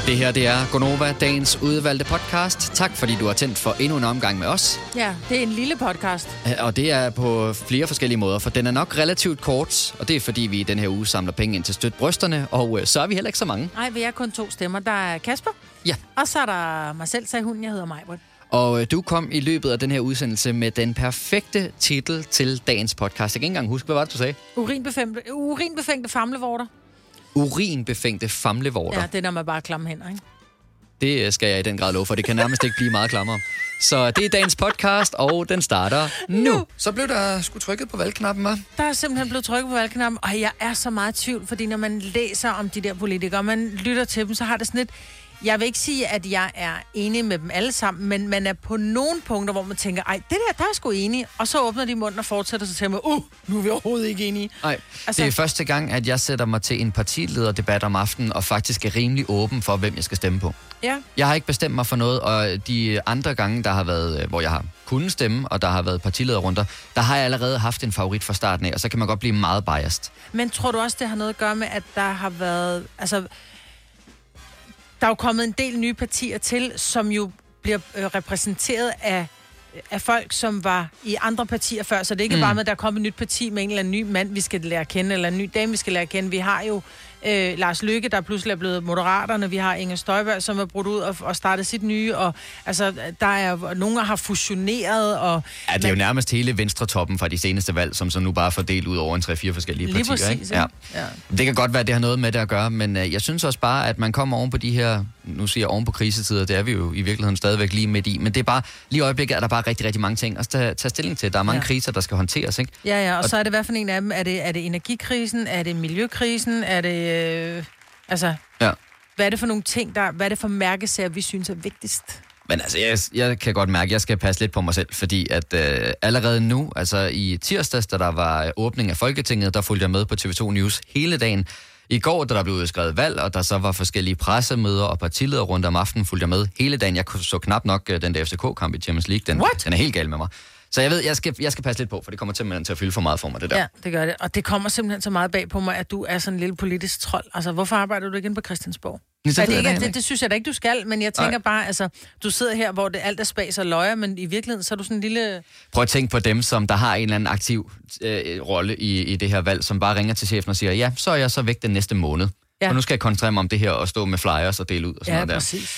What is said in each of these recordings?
Det her, det er Gonova, dagens udvalgte podcast. Tak, fordi du har tændt for endnu en omgang med os. Ja, det er en lille podcast. Og det er på flere forskellige måder, for den er nok relativt kort. Og det er, fordi vi i den her uge samler penge ind til Støt Brysterne, og så er vi heller ikke så mange. Nej, vi er kun 2 stemmer. Der er Kasper, Ja. og så er der mig selv, sagde hunden. Jeg hedder Majbert. Og du kom i løbet af den her udsendelse med den perfekte titel til dagens podcast. Jeg kan ikke engang huske, hvad var det, du sagde? Urinbefængte famlevorter. Urinbefængte famlevorter. Ja, det er, når man bare klammer hænder, ikke? Det skal jeg i den grad love for. Det kan nærmest ikke blive meget klammere. Så det er dagens podcast, og den starter nu. Så blev der sgu trykket på valgknappen, hva'? Der er simpelthen blevet trykket på valgknappen, og jeg er så meget i tvivl, fordi når man læser om de der politikere, og man lytter til dem, så har det sådan lidt... Jeg vil ikke sige, at jeg er enig med dem alle sammen, men man er på nogle punkter, hvor man tænker, ej, det der er sgu enig, og så åbner de munden og fortsætter sig til mig, nu er vi overhovedet ikke enige. Nej, altså, det er første gang, at jeg sætter mig til en partilederdebat om aftenen, og faktisk er rimelig åben for, hvem jeg skal stemme på. Ja. Jeg har ikke bestemt mig for noget, og de andre gange, der har været, hvor jeg har kunnet stemme, og der har været partilederrunder, der har jeg allerede haft en favorit fra starten af, og så kan man godt blive meget biased. Men tror du også, det har noget at gøre med, at der har været, altså... Der er jo kommet en del nye partier til, som jo bliver repræsenteret af folk, som var i andre partier før. Så det er ikke bare med, at der er kommet et nyt parti med en eller anden ny mand, vi skal lære at kende, eller en ny dame, vi skal lære at kende. Vi har jo Lars Løkke, der pludselig er blevet Moderaterne. Vi har Inger Støjberg, som er brudt ud og startet sit nye. Og altså, der er nogen, der har fusioneret. Og ja, det er jo nærmest hele venstretoppen fra de seneste valg, som så nu bare er fordelt ud over en 3-4 forskellige partier. Præcis, ikke? Ja. Det kan godt være, at det har noget med det at gøre, men jeg synes også bare, at man kommer oven på de her, nu siger jeg oven på krisetider, det er vi jo i virkeligheden stadigvæk lige midt i, men det er bare, lige i øjeblikket er der bare rigtig, rigtig mange ting at tage stilling til. Der er mange kriser, der skal håndteres, ikke? Ja, og så er det hvad for en af dem? Er det energikrisen? Er det miljøkrisen? Er det... Ja. Hvad er det for nogle ting, hvad er det for mærkesager, vi synes er vigtigst? Men altså, jeg kan godt mærke, at jeg skal passe lidt på mig selv, fordi at allerede nu, altså i tirsdags, da der var åbning af Folketinget, der fulgte jeg med på TV2 News hele dagen. I går, da der blev udskrevet valg, og der så var forskellige pressemøder og partileder rundt om aftenen, fulgte jeg med hele dagen. Jeg så knap nok den der FCK-kamp i Champions League. Den er helt gal med mig. Så jeg ved, jeg skal passe lidt på, for det kommer simpelthen til at fylde for meget for mig, det der. Ja, det gør det. Og det kommer simpelthen så meget bag på mig, at du er sådan en lille politisk trold. Altså, hvorfor arbejder du ikke inde på Christiansborg? Det synes jeg da ikke, du skal, men jeg tænker bare, altså, du sidder her, hvor det alt er spas og løjer, men i virkeligheden, så er du sådan en lille... Prøv at tænke på dem, som der har en eller anden aktiv rolle i det her valg, som bare ringer til chefen og siger, ja, så er jeg så væk den næste måned. Ja. Og nu skal jeg koncentrere mig om det her og stå med flyers og dele ud og sådan noget der. Præcis.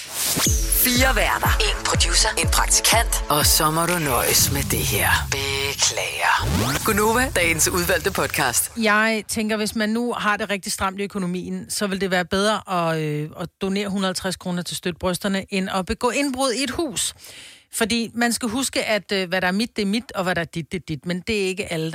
4 værter, 1 producer, 1 praktikant, og så må du nøjes med det her. Beklager. Gonova, dagens udvalgte podcast. Jeg tænker, hvis man nu har det rigtig stramt i økonomien, så vil det være bedre at donere 150 kroner til Støt Brysterne, end at begå indbrud i et hus. Fordi man skal huske, at hvad der er mit, det er mit, og hvad der er dit, det er dit. Men det er ikke alle,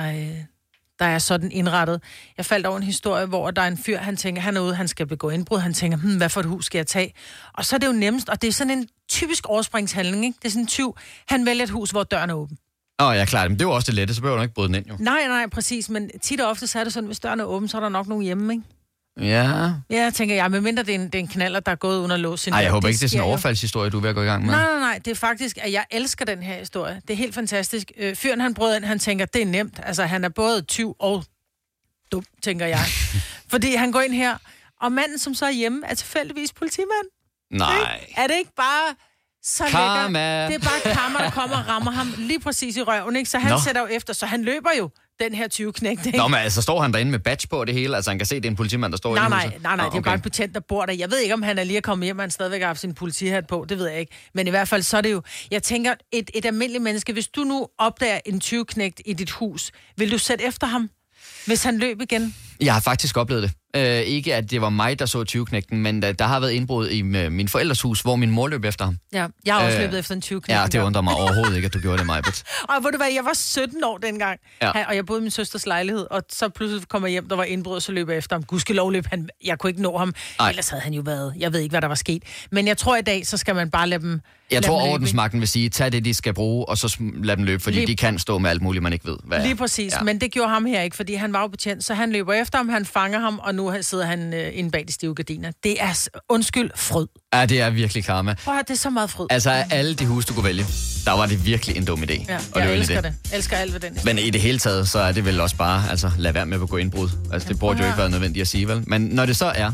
der er sådan indrettet. Jeg faldt over en historie, hvor der er en fyr, han tænker, han er ude, han skal begå indbrud. Han tænker, hvad for et hus skal jeg tage? Og så er det jo nemmest, og det er sådan en typisk overspringshandling, ikke? Det er sådan en tyv. Han vælger et hus, hvor døren er åben. Ja, klart. Men det er jo også det lette, så behøver du ikke bryde den ind, jo. Nej, præcis. Men tit og ofte så er det sådan, hvis døren er åben, så er der nok nogen hjemme, ikke? Ja. Ja, tænker jeg, medmindre det er en knaller, der er gået under lås. Nej, jeg håber ikke, det er sådan en overfaldshistorie, du er ved at gå i gang med. Nej, det er faktisk, at jeg elsker den her historie. Det er helt fantastisk. Fyren, han brød ind, han tænker, det er nemt. Altså, han er både tyv og dum, tænker jeg. Fordi han går ind her, og manden, som så er hjemme, er tilfældigvis politimand. Nej. Er det ikke bare så karma. Lækker? Det er bare karma, der kommer og rammer ham lige præcis i røven, ikke? Så han sætter jo efter, så han løber jo den her 20-knægt, ikke? Nå, men altså står han derinde med badge på det hele? Altså han kan se, det er en politimand, der står inde i huset? Nej, det er bare en betjent, der bor der. Jeg ved ikke, om han er lige kommet hjem, og han stadigvæk har haft sin politihat på. Det ved jeg ikke. Men i hvert fald, så er det jo... Jeg tænker, et almindeligt menneske, hvis du nu opdager en 20-knægt i dit hus, vil du sætte efter ham, hvis han løb igen? Jeg har faktisk oplevet det. Ikke, at det var mig, der så 20-knægten, men der har været indbrud i min forældres hus, hvor min mor løb efter ham. Ja, jeg har også løbet efter en 20-knægten. Ja, det undrer mig overhovedet ikke, at du gjorde det, Majbert. Og ved du hvad, jeg var 17 år dengang, og jeg boede i min søsters lejlighed, og så pludselig kom jeg hjem, der var indbrud, og så løb jeg efter ham. Gudskelov løb han, jeg kunne ikke nå ham, ellers havde han jo været, jeg ved ikke, hvad der var sket. Men jeg tror i dag, så skal man bare lade dem... Jeg tror, ordensmagten vil sige, tag det, de skal bruge, og så lad dem løbe, fordi de kan stå med alt muligt, man ikke ved, hvad er. Lige præcis, men det gjorde ham her ikke, fordi han var jo betjent, så han løber efter ham, han fanger ham, og nu sidder han inde bag de stive gardiner. Det er, undskyld, fryd. Ja, det er virkelig karma. Prøv at det er så meget fryd. Altså, alle de huse, du kunne vælge, der var det virkelig en dum idé. Ja, jeg elsker det. Elsker alt ved den. Men i det hele taget, så er det vel også bare, altså, lad være med at gå indbrud. Altså, det burde jo ikke være nødvendigt at sige, vel? Men når det så er,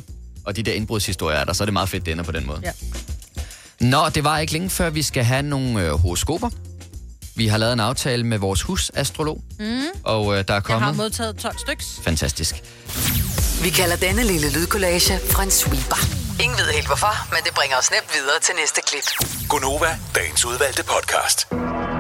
og de der indbrudshistorier er der, så er det meget fedt, det ender på den måde. Ja. Nå, det var ikke længe før, vi skal have nogle horoskoper. Vi har lavet en aftale med vores husastrolog, og der er kommet... Jeg har modtaget 12 styks. Fantastisk. Vi kalder denne lille lydkollage en sweeper. Ingen ved helt hvorfor, men det bringer os nemt videre til næste klip. Gonova, dagens udvalgte podcast.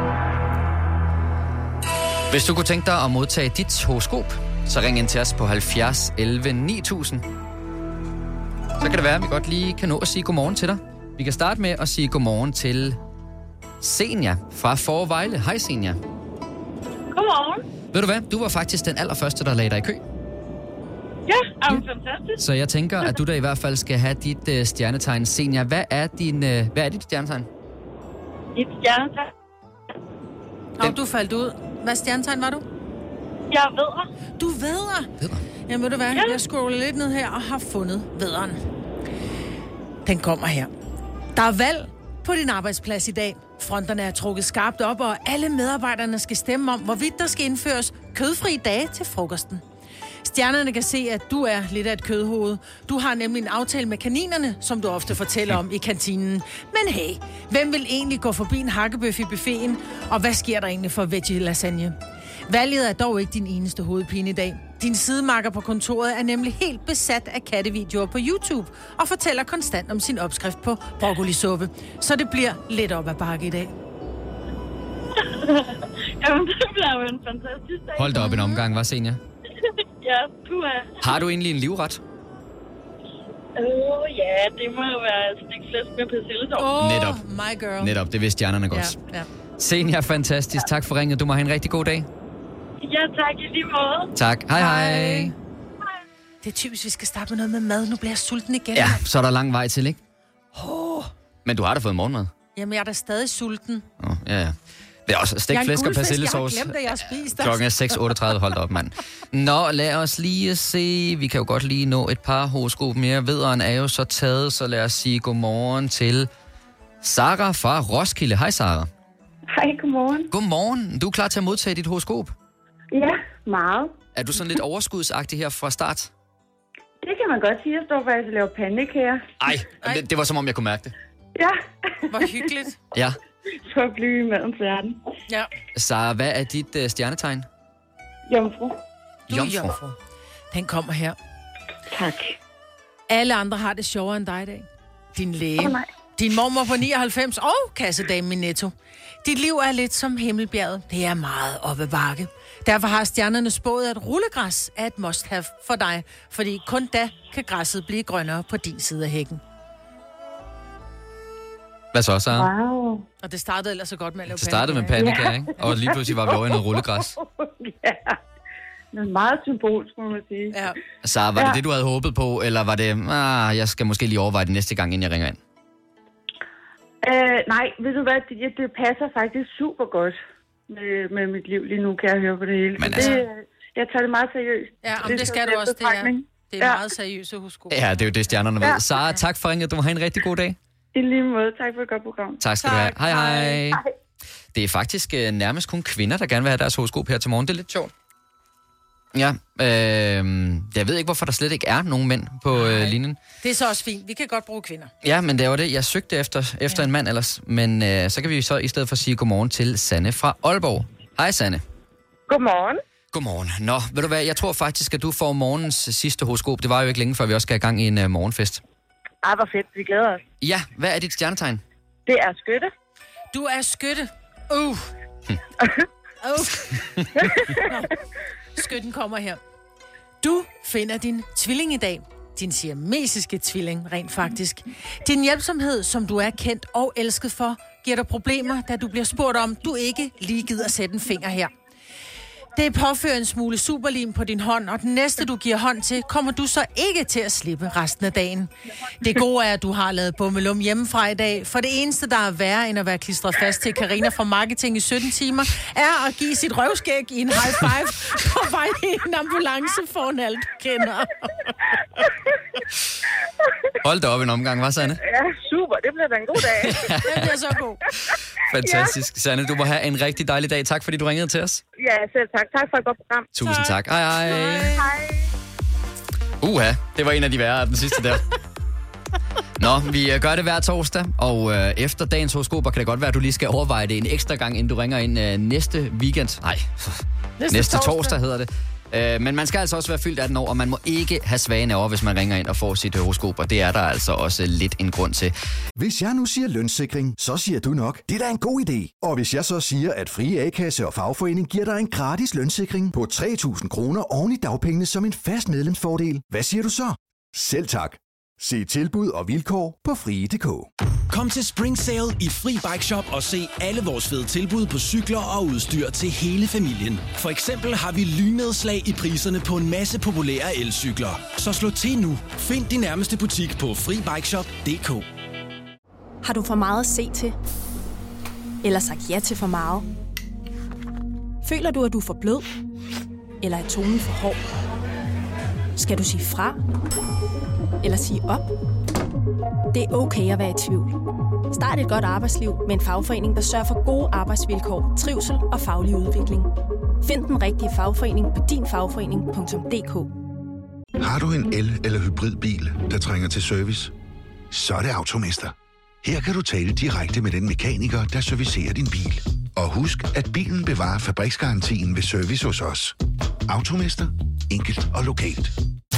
Hvis du kunne tænke dig at modtage dit horoskop, så ring ind til os på 70 11 9000. Så kan det være, at vi godt lige kan nå at sige godmorgen til dig. Vi kan starte med at sige godmorgen til Senja fra Forvejle. Hej Senja. Godmorgen. Ved du hvad? Du var faktisk den allerførste, der lagde dig i kø. Ja, fantastisk. Så jeg tænker, at du da i hvert fald skal have dit stjernetegn. Senja, hvad er dit stjernetegn? Dit stjernetegn. Og du faldt ud. Hvad stjernetegn var du? Jeg er vædder. Du vædder? Jamen ved du hvad? Jeg scroller lidt ned her og har fundet vædderen. Den kommer her. Der er valg på din arbejdsplads i dag. Fronterne er trukket skarpt op, og alle medarbejderne skal stemme om, hvorvidt der skal indføres kødfri dage til frokosten. Stjernerne kan se, at du er lidt af et kødhoved. Du har nemlig en aftale med kaninerne, som du ofte fortæller om i kantinen. Men hey, hvem vil egentlig gå forbi en hakkebøf i buffeten? Og hvad sker der egentlig for veggie lasagne? Valget er dog ikke din eneste hovedpine i dag. Din sidemakker på kontoret er nemlig helt besat af kattevideoer på YouTube og fortæller konstant om sin opskrift på broccolisuppe. Så det bliver lidt op ad bakke i dag. Jamen, det bliver jo en fantastisk dag. Hold da op en omgang, var Senja? Ja, du er. Har du egentlig en livret? Ja, det må jo være stik flæsk med persillesovs. Netop. My girl. Netop, det vidste stjernerne godt. Ja. Senja, fantastisk. Tak for ringet. Du må have en rigtig god dag. Ja, tak i lige måde. Tak. Hej. Det er typisk, vi skal starte med noget med mad. Nu bliver jeg sulten igen. Ja, så er der lang vej til, ikke? Men du har da fået morgenmad. Jamen, jeg er da stadig sulten. Ja. Det er også stegt flæsk og persillesovs. Jeg har glemt, at jeg har spist. Klokken er 6.38. Hold da op, mand. Nå, lad os lige se. Vi kan jo godt lige nå et par horoskop mere. Vederen er jo så taget, så lad os sige godmorgen til Sara fra Roskilde. Hej, Sara. Hej, godmorgen. Godmorgen. Du er klar til at modtage dit horoskop? Ja, meget. Er du sådan lidt overskudsagtig her fra start? Det kan man godt sige. Jeg står faktisk og laver pandekager. Ej. Det var som om, jeg kunne mærke det. Ja. Hvor hyggeligt. Ja. Så blive i madens verden. Ja. Sara, hvad er dit stjernetegn? Jomfru. Du er jomfru. Den kommer her. Tak. Alle andre har det sjovere end dig i dag. Din læge, din mormor på 99 og kassedamen i Netto. Dit liv er lidt som himmelbjerget. Det er meget op ad bakke. Derfor har stjernerne spået, at rullegræs er et must-have for dig, fordi kun da kan græsset blive grønnere på din side af hækken. Hvad så, Sara? Wow. Og det startede ellers så godt med at lave Det startede med pandekager, ikke? Og lige pludselig var vi over i noget rullegræs. Ja. Det er meget symbolsk, må man sige. Ja. Sara, var det du havde håbet på, eller var det, jeg skal måske lige overveje det næste gang, inden jeg ringer ind? Nej, ved du hvad, det passer faktisk super godt med mit liv lige nu, kan jeg høre på det hele. Men altså... Jeg tager det meget seriøst. Ja, det skal du også. Det er meget seriøst hos Ja, det er jo det, stjernerne ved. Sara, tak for ringet. Du må have en rigtig god dag. I lige måde. Tak for et godt program. Tak skal du have. Hej. Det er faktisk nærmest kun kvinder, der gerne vil have deres horoskop her til morgen. Det er lidt sjovt. Ja, jeg ved ikke, hvorfor der slet ikke er nogen mænd på linjen. Det er så også fint. Vi kan godt bruge kvinder. Ja, men det var det. Jeg søgte efter en mand ellers. Men så kan vi så i stedet for sige godmorgen til Sanne fra Aalborg. Hej, Sanne. Godmorgen. Godmorgen. Nå, ved du hvad, jeg tror faktisk, at du får morgens sidste horoskop. Det var jo ikke længe, før vi også skal i gang i en morgenfest. Ej, hvor fedt. Vi glæder os. Ja, hvad er dit stjernetegn? Det er skytte. Du er skytte. Skytten kommer her. Du finder din tvilling i dag. Din siamesiske tvilling, rent faktisk. Din hjælpsomhed, som du er kendt og elsket for, giver dig problemer, da du bliver spurgt om, du ikke lige gider at sætte en finger her. Det påfører en smule superlim på din hånd, og den næste, du giver hånd til, kommer du så ikke til at slippe resten af dagen. Det gode er, at du har lavet bummelum hjemmefra i dag, for det eneste, der er værre end at være klistret fast til Karina fra Marketing i 17 timer, er at give sit røvskæg i en high five på vej i en ambulance foran alt, du kender. Hold da op en omgang, hva' Sanne? Ja, super. Det bliver da en god dag. Det bliver så god. Fantastisk. Sanne, du må have en rigtig dejlig dag. Tak, fordi du ringede til os. Ja, selv tak. Tak for et godt program. Tusind tak. Hej. Hej. Det var en af de værre, den sidste der. Nå, vi gør det hver torsdag, og efter dagens horoskoper kan det godt være, at du lige skal overveje det en ekstra gang, inden du ringer ind næste weekend. Nej, næste torsdag hedder det. Men man skal altså også være fyldt 18 år, og man må ikke have svage nerver, hvis man ringer ind og får sit horoskop, og det er der altså også lidt en grund til. Hvis jeg nu siger lønssikring, så siger du nok, det er da en god idé. Og hvis jeg så siger, at Frie A-kasse og fagforening giver dig en gratis lønssikring på 3.000 kroner oven i dagpengene som en fast medlemsfordel, hvad siger du så? Selv tak. Se tilbud og vilkår på frie.dk. Kom til Spring Sale i Fri Bike Shop og se alle vores fede tilbud på cykler og udstyr til hele familien. For eksempel har vi lynedslag i priserne på en masse populære elcykler. Så slå til nu. Find din nærmeste butik på FriBikeShop.dk. Har du for meget at se til? Eller sagt ja til for meget? Føler du, at du er for blød? Eller er tonen for hård? Skal du sige fra? Eller sige op? Det er okay at være i tvivl. Start et godt arbejdsliv med en fagforening, der sørger for gode arbejdsvilkår, trivsel og faglig udvikling. Find den rigtige fagforening på dinfagforening.dk. Har du en el- eller hybridbil, der trænger til service? Så er det Automester. Her kan du tale direkte med den mekaniker, der servicerer din bil. Og husk, at bilen bevarer fabriksgarantien ved service hos os. Automester. Enkelt og lokalt.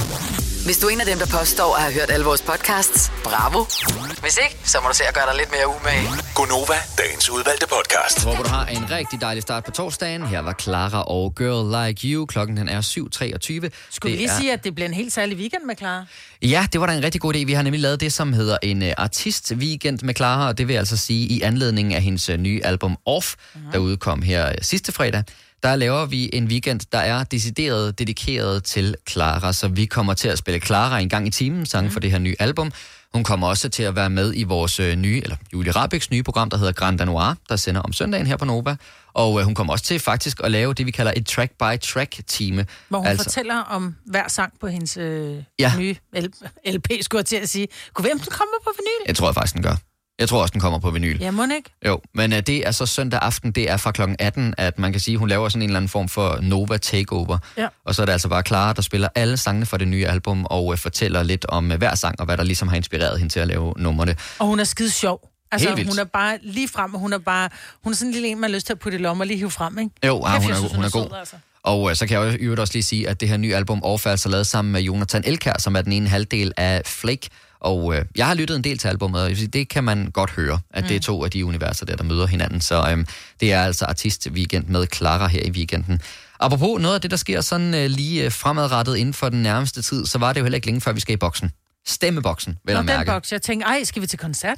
Hvis du er en af dem, der påstår at have hørt alle vores podcasts, bravo. Hvis ikke, så må du se at gøre dig lidt mere umage. Gonova, dagens udvalgte podcast. Jeg håber, du har en rigtig dejlig start på torsdagen. Her var Clara og Girl Like You. Klokken den er 7:23. Skulle vi lige sige, at det bliver en helt særlig weekend med Clara? Ja, det var da en rigtig god idé. Vi har nemlig lavet det, som hedder en artist-weekend med Clara, og det vil altså sige i anledning af hendes nye album Off, der udkom her sidste fredag. Der laver vi en weekend, der er decideret dedikeret til Clara, så vi kommer til at spille Clara en gang i timen, sang for det her nye album. Hun kommer også til at være med i vores nye, eller Julie Rabecs nye program, der hedder Grand Noir, der sender om søndagen her på Nova. Og hun kommer også til faktisk at lave det, vi kalder et track-by-track-time. Hvor hun fortæller om hver sang på hendes nye LP, skulle jeg til at sige. Kunne hvem den komme på vinyl? Jeg tror faktisk, den gør. Jeg tror også, den kommer på vinyl. Ja, må den ikke? Jo, men det er så søndag aften, det er fra klokken 18, at man kan sige, hun laver sådan en eller anden form for Nova Takeover. Ja. Og så er det altså bare Clara, der spiller alle sangene fra det nye album, og fortæller lidt om hver sang, og hvad der ligesom har inspireret hende til at lave numrene. Og hun er skide sjov. Altså, hun er bare lige frem, og hun er sådan en lille en, man har lyst til at putte i lommer og lige hive frem, ikke? Jo, hun er god. Sød, altså. Og så kan jeg jo også lige sige, at det her nye album Overfalds er lavet sammen med Jonathan Elkjær, som er den ene halvdel af Flake. Og jeg har lyttet en del til albumet, og det kan man godt høre, at det er to af de universer, der møder hinanden. Så det er altså artist-weekend med Clara her i weekenden. Apropos noget af det, der sker sådan lige fremadrettet inden for den nærmeste tid, så var det jo heller ikke længe før, vi skal i boksen. Stemmeboksen, vel at mærke. Den boks. Jeg tænkte, skal vi til koncert?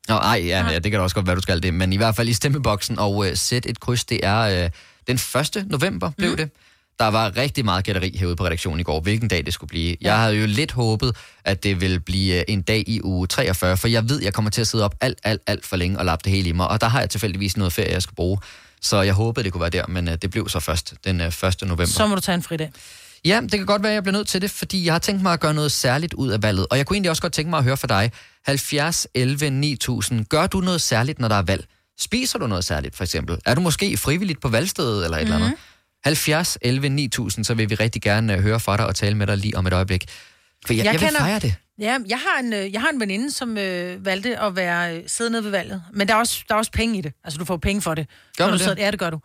Ja, det kan da også godt være, du skal det. Men i hvert fald i stemmeboksen, og sæt et kryds, det er den 1. november, blev det. Der var rigtig meget gætteri herude på redaktionen i går, hvilken dag det skulle blive. Jeg havde jo lidt håbet, at det ville blive en dag i uge 43, for jeg ved, jeg kommer til at sidde op alt for længe og lappe det hele i mig. Og der har jeg tilfældigvis noget ferie, jeg skal bruge. Så jeg håbede, det kunne være der, men det blev så først den 1. november. Så må du tage en fridag. Ja, det kan godt være, at jeg bliver nødt til det, fordi jeg har tænkt mig at gøre noget særligt ud af valget. Og jeg kunne egentlig også godt tænke mig at høre fra dig. 70 11 9000. Gør du noget særligt, når der er valg? Spiser du noget særligt, for eksempel? Er du måske frivilligt på valgstedet eller et eller andet? 70 11 9000, så vil vi rigtig gerne høre fra dig og tale med dig lige om et øjeblik. For jeg vil fejre det. Ja, jeg har en veninde, som valgte at sidde nede ved valget. Men der er også penge i det. Altså, du får penge for det. Gør du det? Ja, det gør du.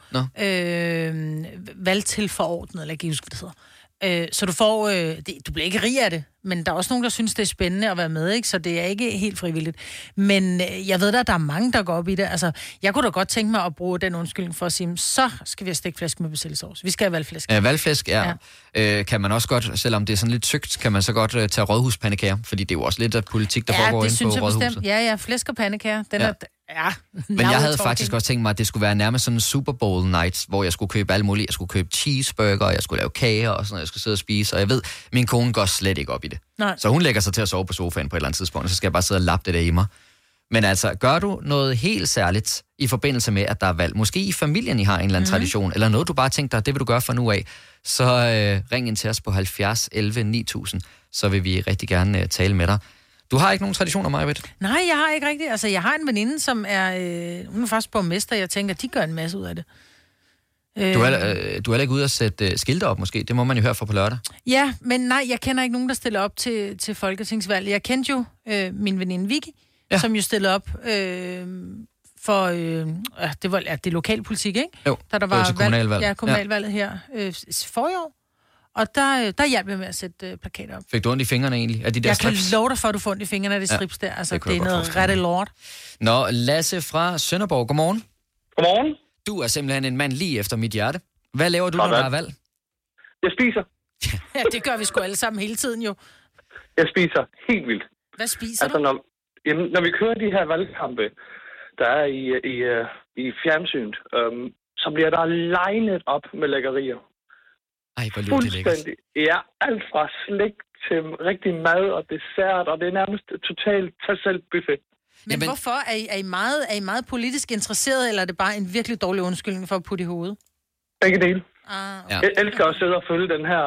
Valgtilforordnet, eller ikke huske, hvad det hedder. Så du får... du bliver ikke rig af det, men der er også nogen, der synes, det er spændende at være med, ikke? Så det er ikke helt frivilligt. Men jeg ved at der er mange, der går op i det. Altså, jeg kunne da godt tænke mig at bruge den undskyldning for at sige, så skal vi have stegflæsk med persillesovs. Vi skal have valgflæsk. Valgflæsk, ja. Kan man også godt, selvom det er sådan lidt tykt, kan man så godt tage rådhuspandekager, fordi det er jo også lidt af politik, der foregår inde på rådhuset. Bestemt. Ja, flæsk og pandekager. Men jeg havde faktisk også tænkt mig, at det skulle være nærmest sådan en Super Bowl night, hvor jeg skulle købe alt muligt. Jeg skulle købe cheeseburger, jeg skulle lave kager og sådan noget, jeg skulle sidde og spise. Og jeg ved, min kone går slet ikke op i det. Nej. Så hun lægger sig til at sove på sofaen på et eller andet tidspunkt, og så skal jeg bare sidde og lappe det der i mig. Men altså, gør du noget helt særligt i forbindelse med, at der er valg? Måske i familien, I har en eller anden tradition, eller noget, du bare tænker dig, det vil du gøre fra nu af. Så ring ind til os på 70 11 9000, så vil vi rigtig gerne tale med dig. Du har ikke nogen traditioner, Maja? Nej, jeg har ikke rigtigt. Altså, jeg har en veninde, som er... hun er faktisk borgmester, jeg tænker, de gør en masse ud af det. Du er heller ikke ude at sætte skilte op, måske. Det må man jo høre fra på lørdag. Ja, men nej, jeg kender ikke nogen, der stiller op til folketingsvalget. Jeg kendte jo min veninde Vicky, som jo stillede op for det var det lokalpolitik, ikke? Jo, da der var kommunalvalg. Ja, kommunalvalget her forrige år. Og der hjalp jeg med at sætte plakater op. Fik du ondt i fingrene egentlig? Af de der jeg strips? kan love dig for, at du får ondt i fingrene af de strips der. Altså, det er noget rette lort. Nå, Lasse fra Sønderborg, godmorgen. Godmorgen. Du er simpelthen en mand lige efter mit hjerte. Hvad laver du, når der er valg? Jeg spiser. Ja, det gør vi sgu alle sammen hele tiden jo. Jeg spiser helt vildt. Hvad spiser du? Når vi kører de her valgkampe, der er i fjernsynet, så bliver der legnet op med lækkerier. Ej, hvor lyder det lækkert. Ja, alt fra slik til rigtig mad og dessert, og det er nærmest totalt tag-selv-buffet. Men hvorfor? Er I meget politisk interesseret, eller er det bare en virkelig dårlig undskyldning for at putte i hovedet? Begge dele. Okay. Jeg elsker at sidde og følge den her,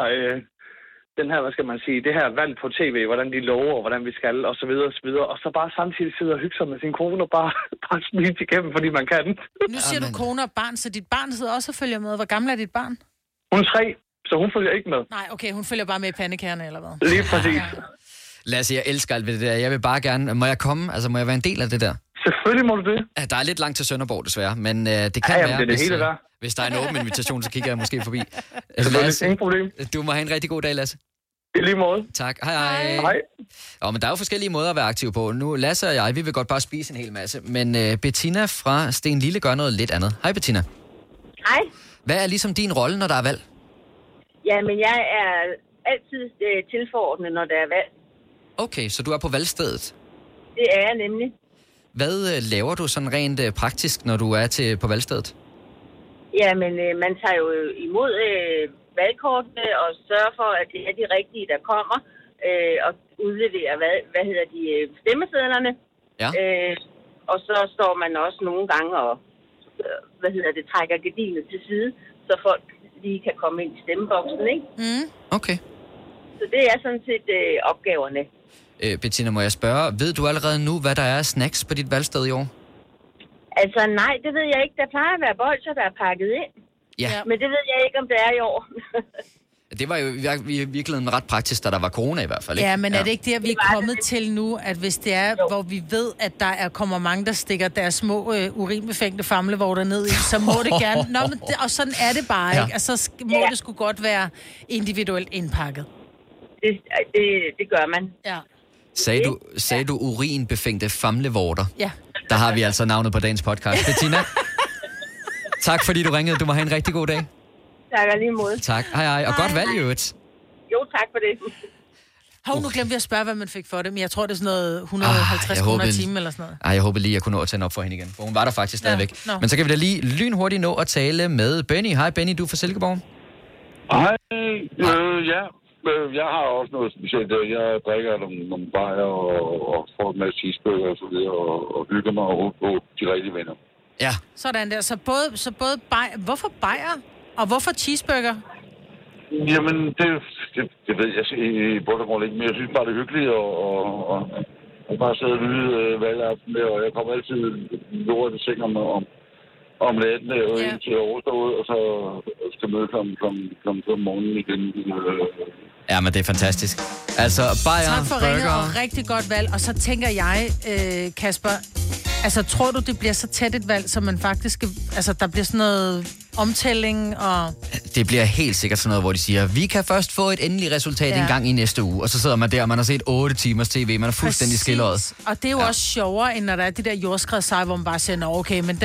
hvad skal man sige, det her valg på tv, hvordan de lover, og hvordan vi skal, og så videre, og så videre. Og så bare samtidig sidde og hygge sig med sin kone og bare smile igennem, fordi man kan. Nu siger du kone og barn, så dit barn sidder også og følger med. Hvor gammel er dit barn? Hun er 3, så hun følger ikke med. Nej, okay, hun følger bare med i pandekærne, eller hvad? Lige præcis. Lasse, jeg elsker alt ved det der. Jeg vil bare gerne... Må jeg komme? Altså, må jeg være en del af det der? Selvfølgelig må du det. Ja, der er lidt langt til Sønderborg, desværre, men det kan være, det hele der. Hvis der er en åben invitation, så kigger jeg måske forbi. Lasse, ingen problem. Du må have en rigtig god dag, Lasse. I lige måde. Tak. Hej. Hej. Men der er jo forskellige måder at være aktiv på. Nu, Lasse og jeg, vi vil godt bare spise en hel masse, men Bettina fra Sten Lille gør noget lidt andet. Hej, Bettina. Hej. Hvad er ligesom din rolle, når der er valg? Jamen, jeg er altid tilforordnet, når der er valg. Okay, så du er på valgstedet? Det er jeg nemlig. Hvad laver du sådan rent praktisk, når du er på valgstedet? Jamen, man tager jo imod valgkortene og sørger for, at det er de rigtige, der kommer, og udleverer, stemmesedlerne. Ja. Og så står man også nogle gange og, trækker gardinet til side, så folk lige kan komme ind i stemmeboksen, ikke? Mm. Okay. Så det er sådan set opgaverne. Bettina, må jeg spørge, ved du allerede nu, hvad der er snacks på dit valgsted i år? Altså nej, det ved jeg ikke. Der plejer at være bolsjer, der er pakket ind. Ja. Men det ved jeg ikke, om det er i år. Det var jo i virkeligheden ret praktisk, da der var corona i hvert fald, ikke? Ja, men er det ikke det, vi er kommet til nu, at hvis det er, hvor vi ved, at der kommer mange, der stikker deres små urinbefængte famlevorter ned i, så må det gerne... Nå, men og sådan er det bare, ikke? Altså, så må det sgu godt være individuelt indpakket. Det gør man. Ja. Sagde du urinbefængte famlevorter? Ja. Der har vi altså navnet på dagens podcast. Bettina, tak fordi du ringede. Du må have en rigtig god dag. Tak og lige måde. Tak. Hej. Og godt valg i øvrigt. Jo, tak for det. Nu glemte jeg at spørge, hvad man fik for det, men jeg tror, det er sådan noget 150 kroner i timen eller sådan noget. Jeg håber lige, jeg kunne nå at tænde op for hende igen, for hun var der faktisk stadigvæk. No. Men så kan vi da lige lynhurtigt nå at tale med Benny. Hej Benny, du er fra Silkeborg. Hej. Jeg har også noget specielt. Jeg drikker nogle bajer og får en masse cheeseburger og så videre, og hygger mig og på de rigtige venner. Ja. Sådan der. Så både bajer. Hvorfor bajer? Og hvorfor cheeseburger? Jamen, det ved jeg i bund og grund ikke, men jeg synes bare, det er hyggeligt og bare sidde og lyde valgaften der, og jeg kommer altid lort i seng om natten og ind til overstået, og så skal møde om morgenen igen. Ja, men det er fantastisk. Altså, bajer, tak for ringet og rigtig godt valg. Og så tænker jeg, Kasper, altså tror du, det bliver så tæt et valg, så man faktisk, altså der bliver sådan noget omtælling og... Det bliver helt sikkert sådan noget, hvor de siger, vi kan først få et endeligt resultat en gang i næste uge. Og så sidder man der, og man har set 8 timers tv, man er fuldstændig skilleret. Og det er jo også sjovere, end når der er de der jordskredssejre, hvor man bare siger, okay, men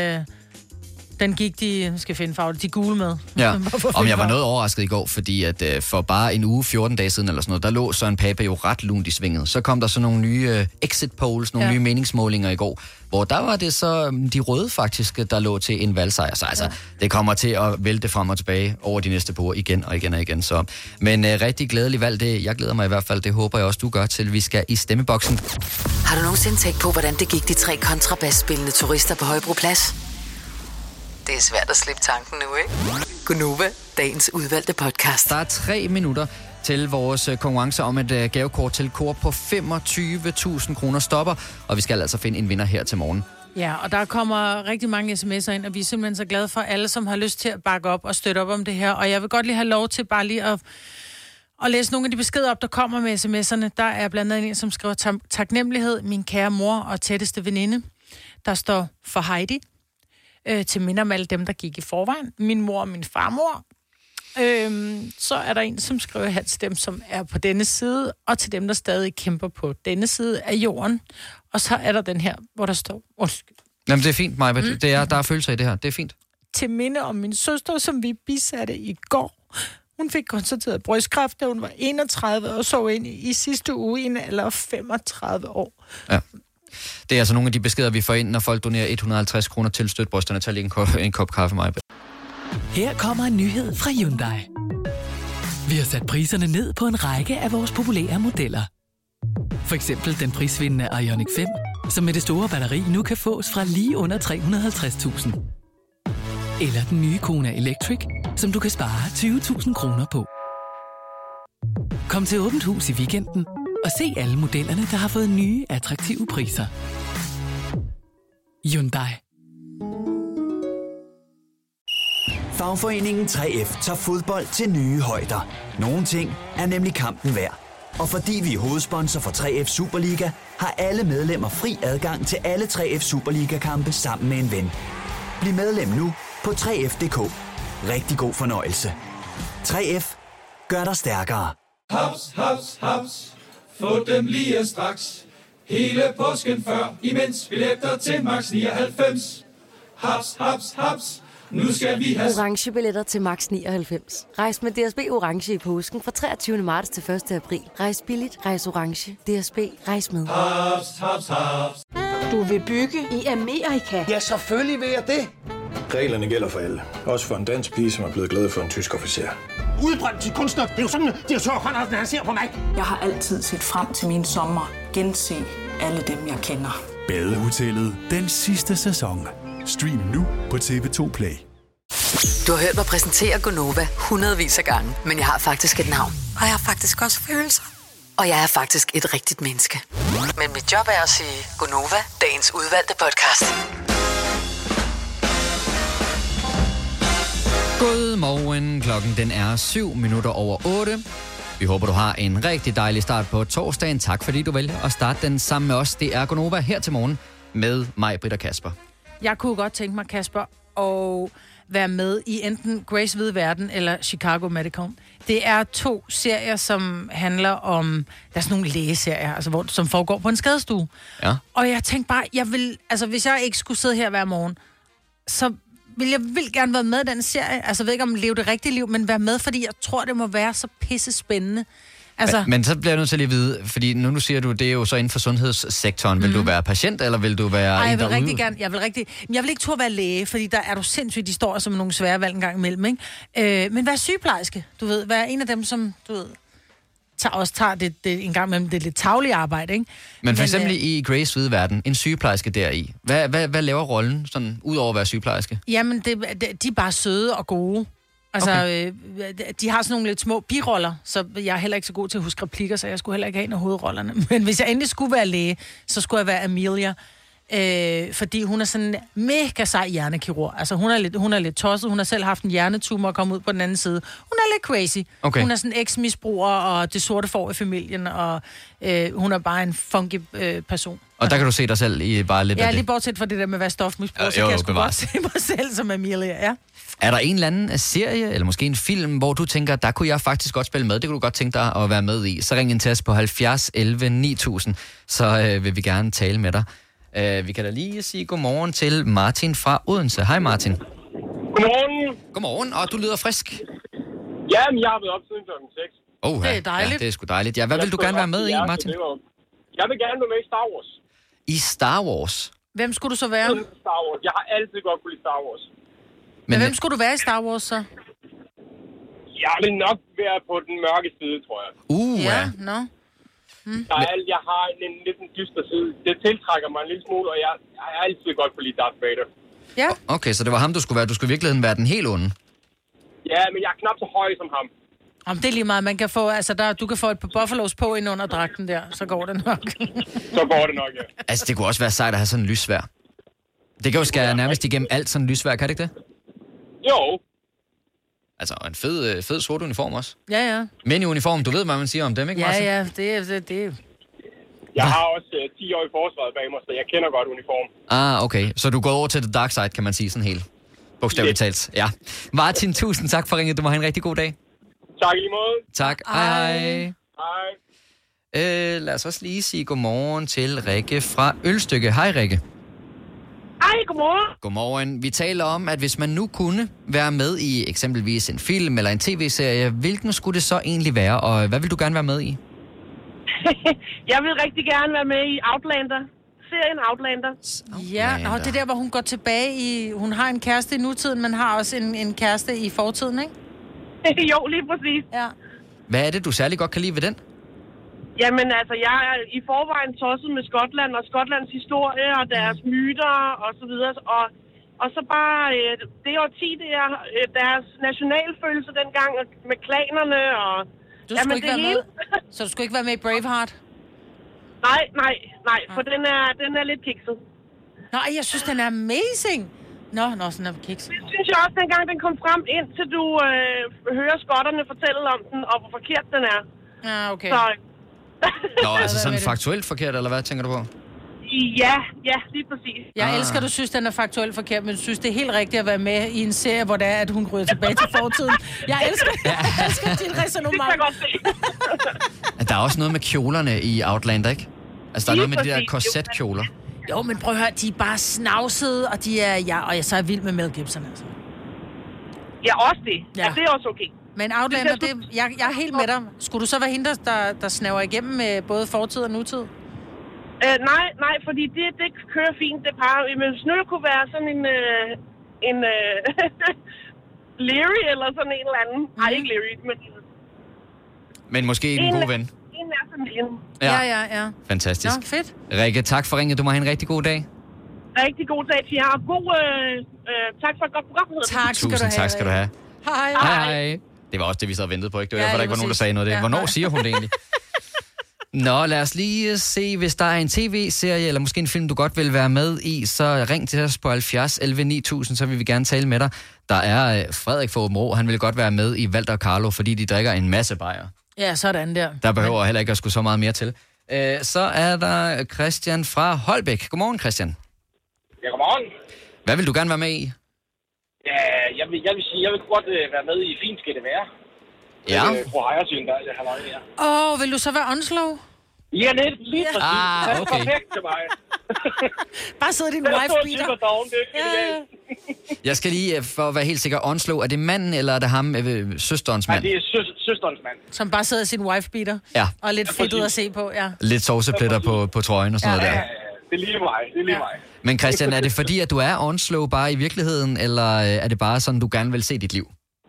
den gik de, skal finde farve, de gule med. Ja, om jeg var noget overrasket i går, fordi at for bare en uge, 14 dage siden eller sådan noget, der lå Søren Pape jo ret lunt i svinget. Så kom der så nogle nye exit polls, nogle nye meningsmålinger i går, hvor der var det så de røde faktisk, der lå til en valgsejr. Så altså, det kommer til at vælte frem og tilbage over de næste par uger igen og igen og igen. Så. Men rigtig glædelig valg, jeg glæder mig i hvert fald, det håber jeg også, du gør, til vi skal i stemmeboksen. Har du nogensinde tænkt på, hvordan det gik de 3 kontrabasspillende turister på Højbroplads? Det er svært at slippe tanken nu, ikke? Gunova, dagens udvalgte podcast. Der er 3 minutter til vores konkurrence om et gavekort til Coop på 25.000 kroner stopper, og vi skal altså finde en vinder her til morgen. Ja, og der kommer rigtig mange sms'er ind, og vi er simpelthen så glade for alle, som har lyst til at bakke op og støtte op om det her. Og jeg vil godt lige have lov til bare lige at læse nogle af de beskeder op, der kommer med sms'erne. Der er blandt andet en, som skriver taknemmelighed, min kære mor og tætteste veninde. Der står for Heidi, til minde om alle dem, der gik i forvejen. Min mor og min farmor. Så er der en, som skriver her til dem, som er på denne side, og til dem, der stadig kæmper på denne side af jorden. Og så er der den her, hvor der står... Jamen, det er fint, Maja. Der er følelser i det her. Det er fint. Til minde om min søster, som vi bisatte i går. Hun fik konstateret brystkræft, da hun var 31 og så ind i sidste uge i en alder af 35 år. Ja. Det er altså nogle af de beskeder, vi får ind, når folk donerer 150 kroner til støtbrysterne. Tag lige en kop kaffe, Maja. Her kommer en nyhed fra Hyundai. Vi har sat priserne ned på en række af vores populære modeller. For eksempel den prisvindende Ioniq 5, som med det store batteri nu kan fås fra lige under 350.000. Eller den nye Kona Electric, som du kan spare 20.000 kroner på. Kom til Åbent Hus i weekenden og se alle modellerne, der har fået nye, attraktive priser. Hyundai. Fagforeningen 3F tager fodbold til nye højder. Nogle ting er nemlig kampen værd. Og fordi vi er hovedsponsor for 3F Superliga, har alle medlemmer fri adgang til alle 3F Superliga-kampe sammen med en ven. Bliv medlem nu på 3F.dk. Rigtig god fornøjelse. 3F gør dig stærkere. Haps, haps, haps. Få dem lige straks. Hele påsken før, imens billetter til max 99. Haps, haps, haps. Nu skal vi have orange billetter til max 99. Rejs med DSB orange i påsken fra 23. marts til 1. april. Rejs billigt, rejs orange. DSB, rejs med. haps, haps, haps. Du vil bygge i Amerika? Ja, selvfølgelig vil jeg det. Reglerne gælder for alle. Også for en dansk pige, som er blevet glad for en tysk officer. Udbrændt til kunstner. Det er jo sådan, at de har tørt, han ser på mig. Jeg har altid set frem til min sommer. Gense alle dem, jeg kender. Badehotellet den sidste sæson. Stream nu på TV2 Play. Du har hørt mig præsentere Gonova hundredvis af gange, men jeg har faktisk et navn. Og jeg har faktisk også følelser. Og jeg er faktisk et rigtigt menneske. Men mit job er at sige Gonova, dagens udvalgte podcast. Godmorgen. Klokken den er 7:07. Vi håber, du har en rigtig dejlig start på torsdagen. Tak fordi du vælger at starte den sammen med os. Det er Gonova her til morgen med mig, Britt og Kasper. Jeg kunne godt tænke mig, Kasper, at være med i enten Grace Hvide Verden eller Chicago Medical. Det er 2 serier, som handler om... Der er sådan nogle lægeserier, altså, som foregår på en skadestue. Ja. Og jeg tænkte bare, hvis jeg ikke skulle sidde her hver morgen, så vil jeg gerne være med i den serie. Altså, jeg ved ikke, om leve det rigtige liv, men være med, fordi jeg tror, det må være så pisse spændende. Altså... Men så bliver jeg nødt til at vide, fordi nu siger du, det er jo så inden for sundhedssektoren. Vil du være patient, eller vil du være jeg vil rigtig gerne. Jeg vil ikke turde være læge, fordi der er du sindssygt, de står som nogle svære valg en gang imellem, ikke? Men være sygeplejerske, du ved. Være en af dem, som, du ved, tager det en gang imellem det lidt taglige arbejde, ikke? Men for eksempel i Grace Hvide Verden, en sygeplejerske deri. Hvad laver rollen, sådan, ud over at være sygeplejerske? Jamen, de er bare søde og gode. Altså, okay. De har sådan nogle lidt små biroller, så jeg er heller ikke så god til at huske replikker, så jeg skulle heller ikke have en af hovedrollerne. Men hvis jeg endelig skulle være læge, så skulle jeg være Amelia. Fordi hun er sådan en mega sej hjernekirurg. Altså, hun er lidt tosset. Hun har selv haft en hjernetumor og kommet ud på den anden side. Hun er lidt crazy. Okay. Hun er sådan en eks-misbruger og det sorte får i familien, og hun er bare en funky person. Og der kan du se dig selv i bare lidt af det? Ja, lige bortset fra det der med at være stofmisbruger, så kan jeg sgu godt se mig selv som Amelia, ja. Er der en eller anden serie, eller måske en film, hvor du tænker, der kunne jeg faktisk godt spille med, det kunne du godt tænke dig at være med i, så ring ind til os på 70 11 9000, så vil vi gerne tale med dig. Vi kan da lige sige godmorgen til Martin fra Odense. Hej Martin. Godmorgen. Godmorgen, og du lyder frisk. Jamen, jeg har været op siden klokken 6. Det er dejligt. Ja, det er sgu dejligt. Ja, hvad vil du gerne være med i, Martin? Jeg vil gerne være med i Star Wars. I Star Wars? Hvem skulle du så være? Star Wars. Jeg har altid godt kunne lide Star Wars. Men hvem skulle du være i Star Wars så? Jeg vil nok være på den mørke side, tror jeg. Ja, nå. Jeg har en lidt en dyster side. Det tiltrækker mig en lille smule, og jeg har altid godt kunne lide Darth Vader. Ja. Okay, så det var ham, du skulle være. Du skulle i virkeligheden være den helt onde. Ja, men jeg er knap så høj som ham. Om det er lige meget, man kan få, du kan få et par buffalos på ind under dragten der, så går det nok. Så går det nok, ja. Altså, det kunne også være sejt at have sådan en lyssvær. Det kan jo skære nærmest igennem alt sådan lysværk, kan det ikke det? Jo. Altså, en fed sort uniform også. Ja. Men i uniform, du ved, hvad man siger om dem, ikke, Martin? Ja, det. Jeg har også 10 år i forsvaret bag mig, så jeg kender godt uniform. Okay. Så du går over til the dark side, kan man sige sådan helt bogstaveligt talt. Ja. Martin, tusind tak for ringet. Du må have en rigtig god dag. Tak i lige måde. Tak. Hej. Hej. Lad os også lige sige godmorgen til Rikke fra Ølstykke. Hej, Rikke. Hej, godmorgen. Godmorgen. Vi taler om, at hvis man nu kunne være med i eksempelvis en film eller en tv-serie, hvilken skulle det så egentlig være, og hvad vil du gerne være med i? Jeg vil rigtig gerne være med i Outlander. Serien Outlander. Ja, og det er der, hvor hun går tilbage i... Hun har en kæreste i nutiden, men har også en kæreste i fortiden, ikke? Jo, lige præcis. Ja. Hvad er det, du særlig godt kan lide ved den? Jamen altså, jeg er i forvejen tosset med Skotland og Skotlands historie og deres myter og så videre. Og så bare det årti, det er deres nationalfølelse dengang med klanerne og... Du skulle ikke være med? Så du skulle ikke være med i Braveheart? Nej, for den er lidt kikset. Nej, jeg synes, den er amazing. Nå, sådan er kikset. Det synes jeg også, dengang den kom frem, indtil du hører skotterne fortælle om den, og hvor forkert den er. Ja, okay. Så... Nå, altså sådan faktuelt forkert, eller hvad tænker du på? Ja, lige præcis. Jeg elsker, du synes, den er faktuelt forkert, men du synes, det er helt rigtigt at være med i en serie, hvor det er, at hun ryger tilbage til fortiden. Jeg elsker din resonemang. Der er også noget med kjolerne i Outlander, ikke? Altså, der er noget med de der korsetkjoler. Jo, men prøv at høre, de er bare snavsede, og de er... og jeg så er vild med Mel Gibson, altså. Ja, også det. Ja, det er også okay. Men Outlander, jeg er helt med dig. Skulle du så være hende, der snæver igennem med både fortid og nutid? Nej, fordi det kører fint, det par. Men hvis nu kunne være sådan en Leary eller sådan en eller anden. Nej, ikke Leary, men måske en god ven. En af familien. Ja. Fantastisk. Nå, fedt. Rikke, tak for ringet. Du må have en rigtig god dag. Rigtig god dag til jer. Tak for et godt program. Tusind tak skal du have. Hej. Det var også det, vi så havde ventet på, ikke? Det var derfor, der ikke var nogen, der sagde noget af det. Hvornår siger hun det egentlig? Nå, lad os lige se, hvis der er en tv-serie, eller måske en film, du godt vil være med i, så ring til os på 70 11 9000, så vil vi gerne tale med dig. Der er Frederik fra Åbenrå, han vil godt være med i Walter og Carlo, fordi de drikker en masse bajer. Ja, sådan der. Der behøver heller ikke at skulle så meget mere til. Så er der Christian fra Holbæk. Godmorgen, Christian. Ja, godmorgen. Hvad vil du gerne være med i? Ja, jeg vil sige, jeg vil godt være med i Fint skal det være. Ja. Fru Hejersyn, der har været her. Vil du så være Onslow? Ja, lige præcis. Det er perfekt til mig. Bare sidde din wife beater. Jeg skal lige, for at være helt sikker, Onslow, er det manden, eller er det ham, søsterens mand? Nej, det er søsterens mand. Som bare sidder i sin wife beater. Ja. Og er lidt fedt ud at se på, ja. Lidt sovsepletter på trøjen og sådan noget der. Ja, det er lige mig. Men Christian, er det fordi, at du er Onslow bare i virkeligheden, eller er det bare sådan, du gerne vil se dit liv?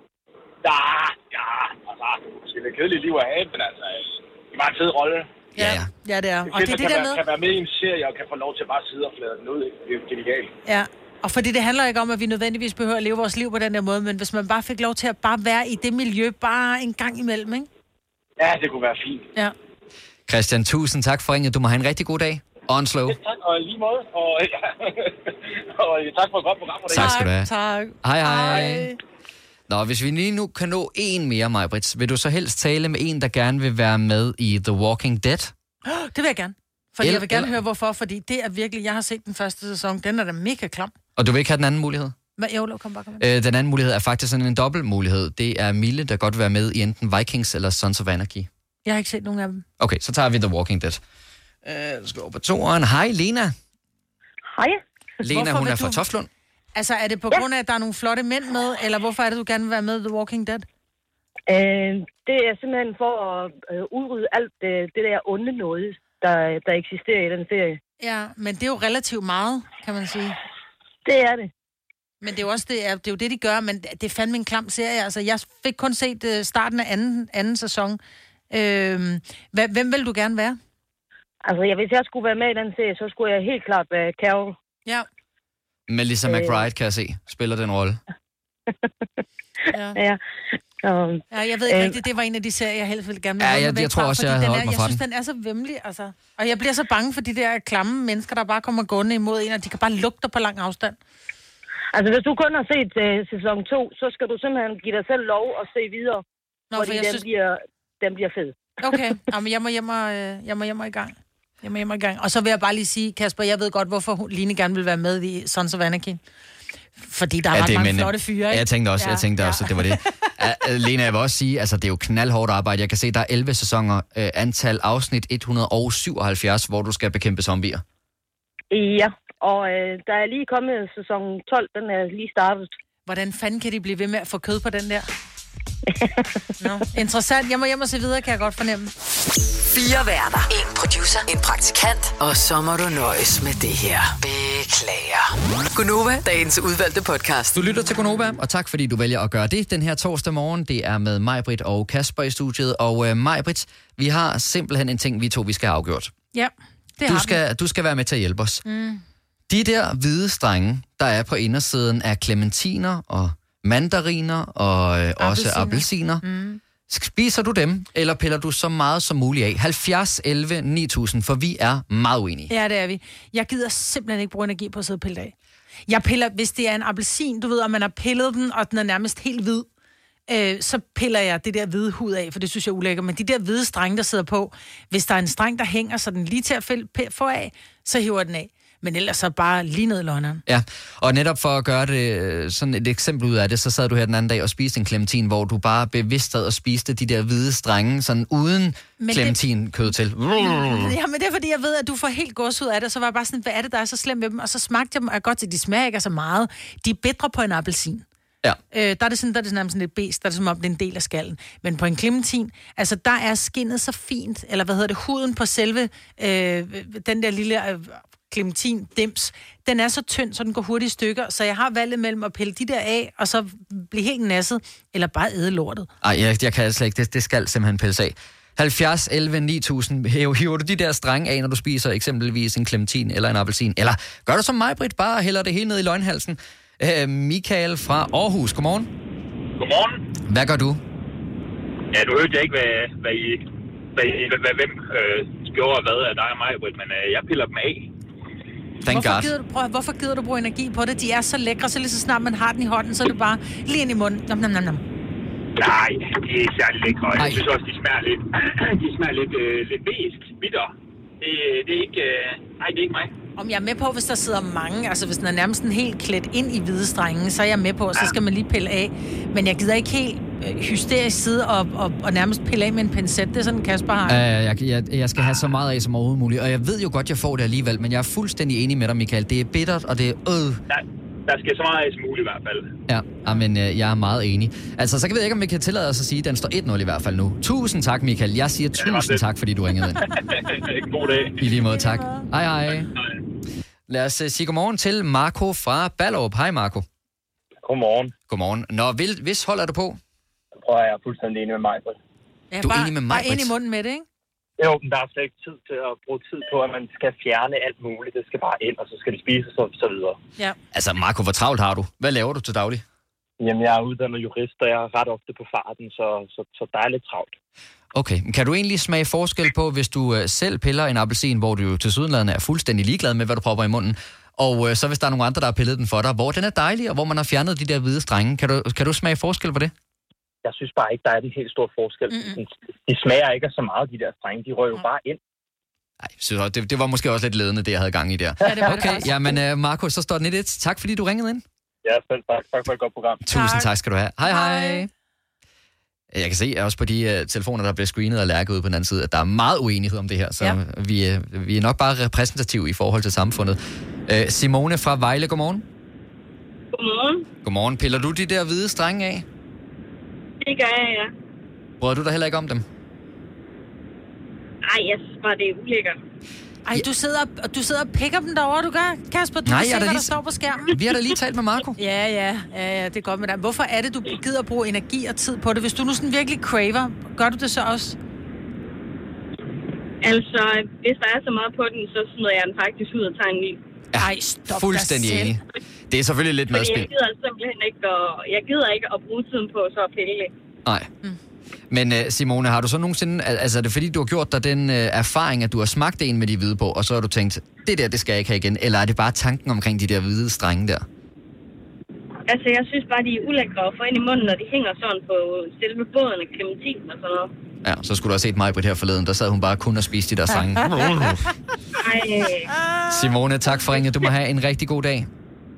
Måske lidt kedeligt liv at have, men altså, det var en fed rolle. Ja, det er. Og det er det der med... kan være med i en serie, og kan få lov til at bare sidde og flade den ud, ikke? Det er jo genialt. Ja, og fordi det handler ikke om, at vi nødvendigvis behøver at leve vores liv på den der måde, men hvis man bare fik lov til at bare være i det miljø, bare en gang imellem, ikke? Ja, det kunne være fint. Ja. Christian, tusind tak for ringet. Du må have en rigtig god dag. Onslow. Tak, og lige måde. Og tak for et godt program. Tak skal du have. Tak. Hej. Nå, hvis vi lige nu kan nå en mere, Maj-Brit, vil du så helst tale med en, der gerne vil være med i The Walking Dead? Det vil jeg gerne. Fordi jeg vil gerne høre, hvorfor. Fordi det er virkelig... Jeg har set den første sæson. Den er da mega klam. Og du vil ikke have den anden mulighed? Kom bare. Den anden mulighed er faktisk sådan en dobbelt mulighed. Det er Mille, der godt vil være med i enten Vikings eller Sons of Anarchy. Jeg har ikke set nogen af dem. Okay, så tager vi The Walking Dead. Skal over på toeren. Hej, Lena. Hej. Lena, hun er fra Toftlund. Altså, er det på grund af, at der er nogle flotte mænd med, eller hvorfor er det, du gerne vil være med i The Walking Dead? Det er simpelthen for at udrydde alt det der onde noget, der eksisterer i den serie. Ja, men det er jo relativt meget, kan man sige. Det er det. Men det er jo også det er jo det, de gør, men det er fandme en klam serie. Altså, jeg fik kun set starten af anden sæson. Hvem vil du gerne være? Altså, hvis jeg skulle være med i den serie, så skulle jeg helt klart være Carol. Ja. Melissa McBride, kan jeg se, spiller den rolle. Ja. Ja, jeg ved ikke rigtigt, det var en af de serier, jeg helst ville gerne Ja, jeg tror også, jeg havde holdt mig fra den. Jeg synes, den er så væmmelig, altså. Og jeg bliver så bange for de der klamme mennesker, der bare kommer gående imod en, og de kan bare lugte på lang afstand. Altså, hvis du kun har set sæson 2, så skal du simpelthen give dig selv lov at se videre. Nå, fordi den bliver fed. Okay, men jeg må hjem og i gang. Og så vil jeg bare lige sige, Kasper, jeg ved godt, hvorfor Line gerne vil være med i Sons of Anarchy. Fordi der er ret mange flotte fyre, ikke? Jeg tænkte også, at det var det. Lena, jeg vil også sige, altså det er jo knaldhårdt arbejde. Jeg kan se, der er 11 sæsoner, antal afsnit 177, hvor du skal bekæmpe zombier. Ja, og der er lige kommet sæson 12, den er lige startet. Hvordan fanden kan de blive ved med at få kød på den der? Interessant. Jeg må hjem og se videre, kan jeg godt fornemme. 4 værter, 1 producer, 1 praktikant, og så må du nøjes med det her. Beklager. Gunova, dagens udvalgte podcast. Du lytter til Gunova, og tak fordi du vælger at gøre det den her torsdag morgen. Det er med Maj-Brit og Kasper i studiet. Og Maj-Brit, vi har simpelthen en ting, vi skal have afgjort. Ja, det har vi. Du skal være med til at hjælpe os. Mm. De der hvide strenge, der er på indersiden af clementiner og mandariner og også appelsiner. Mm. Spiser du dem, eller piller du så meget som muligt af? 70 11 9000, for vi er meget uenige. Ja, det er vi. Jeg gider simpelthen ikke bruge energi på at sidde og pille af. Jeg piller, hvis det er en appelsin, du ved, om man har pillet den, og den er nærmest helt hvid, så piller jeg det der hvide hud af, for det synes jeg er ulækkert. Men de der hvide strenge, der sidder på, hvis der er en streng, der hænger, så den lige til at få af, så hiver den af. Men ellers så bare lige ned i London. Ja, og netop for at gøre det sådan et eksempel ud af det, så sad du her den anden dag og spiste en clementin, hvor du bare bevidst sad og spiste de der hvide strenge, sådan uden clementinkød til. Ja, men det er fordi, jeg ved, at du får helt gåsehud af det, så var jeg bare sådan, hvad er det, der er så slemt med dem? Og så smagte jeg dem, og godt til, de smager ikke så meget. De er bedre på en appelsin. Ja. Der er det nærmest sådan lidt bæst, der er det som om, det er en del af skallen. Men på en clementin, altså der er skinnet så fint, eller huden på selve den der lille clementin-dims, den er så tynd, så den går hurtigt i stykker, så jeg har valget mellem at pille de der af, og så blive helt nasset, eller bare æde lortet. Ej, jeg kan altså ikke. Det skal simpelthen pilles af. 70 11 9000. Hiver du de der strenge af, når du spiser eksempelvis en clementin eller en appelsin? Eller gør du som mig, Britt, bare hælder det hele ned i løgnhalsen? Michael fra Aarhus, godmorgen. Godmorgen. Hvad gør du? Ja, du hørte ikke, hvem gjorde hvad af dig og mig, Britt, men jeg piller dem af. Hvorfor gider du bruge energi på det? De er så lækre, så lige så snart man har den i hånden, så er det bare lige ind i munden. Nom, nom, nom, nom. Nej, de er ikke særlig lækre. Jeg synes også, de smager lidt væsk, bitter. Det er ikke... nej, det er ikke mig. Om jeg er med på, hvis der sidder mange, altså hvis den er nærmest en helt klædt ind i hvide strenge, så er jeg med på, så skal man lige pille af. Men jeg gider ikke helt hysterisk sidde og nærmest pille af med en pincet. Det er sådan, Kasper har. Jeg skal have så meget af som overhovedet muligt, og jeg ved jo godt, jeg får det alligevel, men jeg er fuldstændig enig med dig, Michael. Det er bittert, og det er Der skal så meget af som muligt i hvert fald. Ja, men jeg er meget enig. Altså, så kan jeg ikke, om vi kan tillade os at sige, at den står 1-0 i hvert fald nu. Tusind tak, Michael. Jeg siger tusind tak, fordi du ringede ind. God dag. I lige måde, tak. Hej. Lad os sige godmorgen til Marco fra Ballerup. Hej, Marco. Godmorgen. Nå, hvis hold er du på? Jeg tror, jeg er fuldstændig enig med mig. Ja, du er enig med mig, bare ind i munden med det, ikke? Jo, men der er slet ikke tid til at bruge tid på, at man skal fjerne alt muligt. Det skal bare ind, og så skal det spises og så videre. Ja. Altså, Marco, hvor travlt har du? Hvad laver du til daglig? Jamen, jeg er uddannet jurist, og jeg er ret ofte på farten, så der er lidt travlt. Okay, men kan du egentlig smage forskel på, hvis du selv piller en appelsin, hvor du jo til sydenlandet er fuldstændig ligeglad med, hvad du propper i munden, og så hvis der er nogle andre, der har pillet den for dig, hvor den er dejlig, og hvor man har fjernet de der hvide strenge. Kan du smage forskel på det? Jeg synes bare ikke, der er en helt stor forskel. De smager ikke så meget, de der strenge. De rører jo bare ind. Nej, så det var måske også lidt ledende, det jeg havde gang i der. Okay, jamen Marco, så står den 1-1. Tak fordi du ringede ind. Ja, selv tak. Tak for et godt program. Tusind tak skal du have. Hej. Jeg kan se også på de telefoner, der bliver screenet og lærket ude på den anden side, at der er meget uenighed om det her, så vi er nok bare repræsentative i forhold til samfundet. Simone fra Vejle, godmorgen. Godmorgen. Piller du de der hvide strenge af? Det gør jeg, ja. Bryder du dig heller ikke om dem? Nej, jeg synes bare, det er ulækkert. Ej, du sidder og pikker dem derovre, du gør, Kasper. Du kan se, hvad der står på skærmen. Vi har da lige talt med Marco. Ja, det er godt med dig. Hvorfor er det, du gider at bruge energi og tid på det? Hvis du nu sådan virkelig craver, gør du det så også? Altså, hvis der er så meget på den, så smider jeg den faktisk ud og tager en ny. Ej, stop fuldstændig enig. Det er selvfølgelig lidt madspil. Jeg gider simpelthen ikke at bruge tiden på så at pille det. Nej. Men Simone, har du så nogensinde... Altså, er det fordi, du har gjort dig den erfaring, at du har smagt en med de hvide på, og så har du tænkt, det skal jeg ikke have igen? Eller er det bare tanken omkring de der hvide strenge der? Altså, jeg synes bare, de er ulækre at få ind i munden, når de hænger sådan på selve båden af clementin og sådan noget. Ja, så skulle du have set mig på det her forleden. Der sad hun bare kun og spiste de der strenge. Simone, tak for ringet. Du må have en rigtig god dag.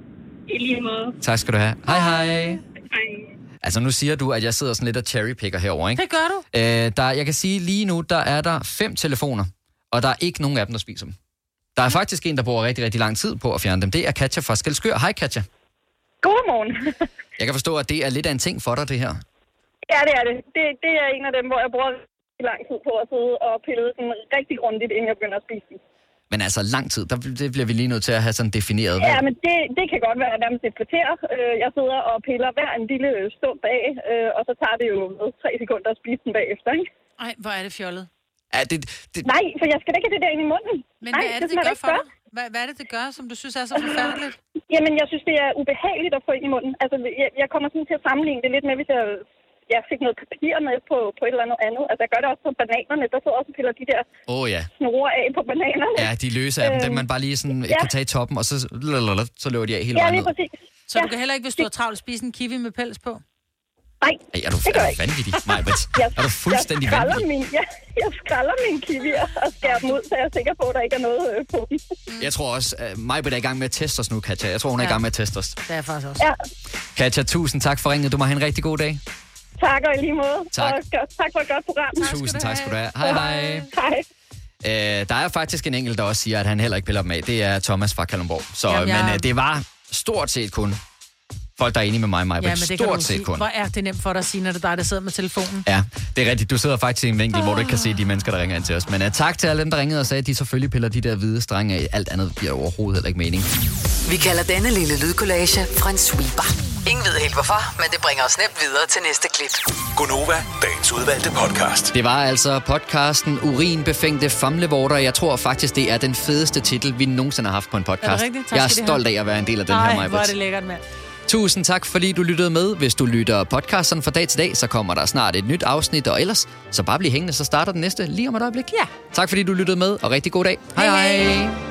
I lige måde. Tak skal du have. Hej, hej. Hej. Altså, nu siger du, at jeg sidder sådan lidt og cherrypicker herovre, ikke? Det gør du. Jeg kan sige, lige nu, der er der 5 telefoner, og der er ikke nogen af dem, der spiser dem. Der er faktisk en, der bruger rigtig, rigtig lang tid på at fjerne dem. Det er Katja fra Skælskør. Hej, Katja. Godmorgen. Jeg kan forstå, at det er lidt af en ting for dig, det her. Ja, det er det. Det er en af dem, hvor jeg bruger lang tid på at sidde og pille den rigtig grundigt, inden jeg begynder at spise den. Men altså lang tid, det bliver vi lige nødt til at have sådan defineret. Ja, men det kan godt være nærmest et kvarter. Jeg sidder og piller hver en lille stund af, og så tager det jo 3 sekunder at spise den bagefter, ikke? Ej, hvor er det fjollet. Ja, Nej, for jeg skal da ikke have det der ind i munden. Men nej, hvad er det gør for dig? Hvad er det gør, som du synes er så forfærdeligt? Jamen, jeg synes, det er ubehageligt at få ind i munden. Altså, jeg kommer sådan til at sammenligne det lidt med, hvis jeg fik noget papir med på et eller andet. Altså, jeg gør det også på bananerne. Der sidder også og piller de der snore af på bananerne. Ja, de løse af dem. Dem man bare lige sådan kan tage i toppen, og så løber de af hele vejen ned. Ja, lige præcis. Så du kan heller ikke, hvis du har travlt, spise en kiwi med pels på? Nej, er du vanvittig, Maj-Brit? Er du fuldstændig vanvittig? Jeg skræller mine kiwier og skærer dem ud, så jeg er sikker på, at der ikke er noget på dem. Jeg tror også, Maj-Brit er i gang med at teste os nu, Katja. Jeg tror, hun er i gang med at teste os. Det er faktisk også. Ja. Katja, tusind tak for ringet. Du må have en rigtig god dag. Tak, og i lige måde. Tak. Og tak for et godt program. Tusind tak skal du have. Hej, hej. Hej. Der er faktisk en enkelt, der også siger, at han heller ikke piller dem af. Det er Thomas fra Kalundborg. Så, men det var stort set kun folk, der er enige med mig, Maja. Ja, men det stort set kun. Hvor er det nemt for dig at sige, når det er dig, der sidder med telefonen? Ja, det er rigtigt. Du sidder faktisk i en vinkel, hvor du ikke kan se de mennesker, der ringer ind til os. Men tak til alle dem, der ringede og sagde, at de selvfølgelig piller de der hvide strenge af. Alt andet giver overhovedet heller ikke mening. Vi kalder denne lille lydkollage en sweeper. Ingen ved helt hvorfor, men det bringer os nemt videre til næste klip. Gonova, dagens udvalgte podcast. Det var altså podcasten Urinbefængte famlevorter. Jeg tror faktisk, det er den fedeste titel, vi nogensinde har haft på en podcast. Jeg er stolt af at være en del af den her, Maja. Nej, hvor er det lækkert, mand. Tusind tak, fordi du lyttede med. Hvis du lytter podcasten fra dag til dag, så kommer der snart et nyt afsnit, og ellers så bare bliv hængende, så starter den næste lige om et øjeblik. Ja. Tak fordi du lyttede med, og rigtig god dag. Hej hej.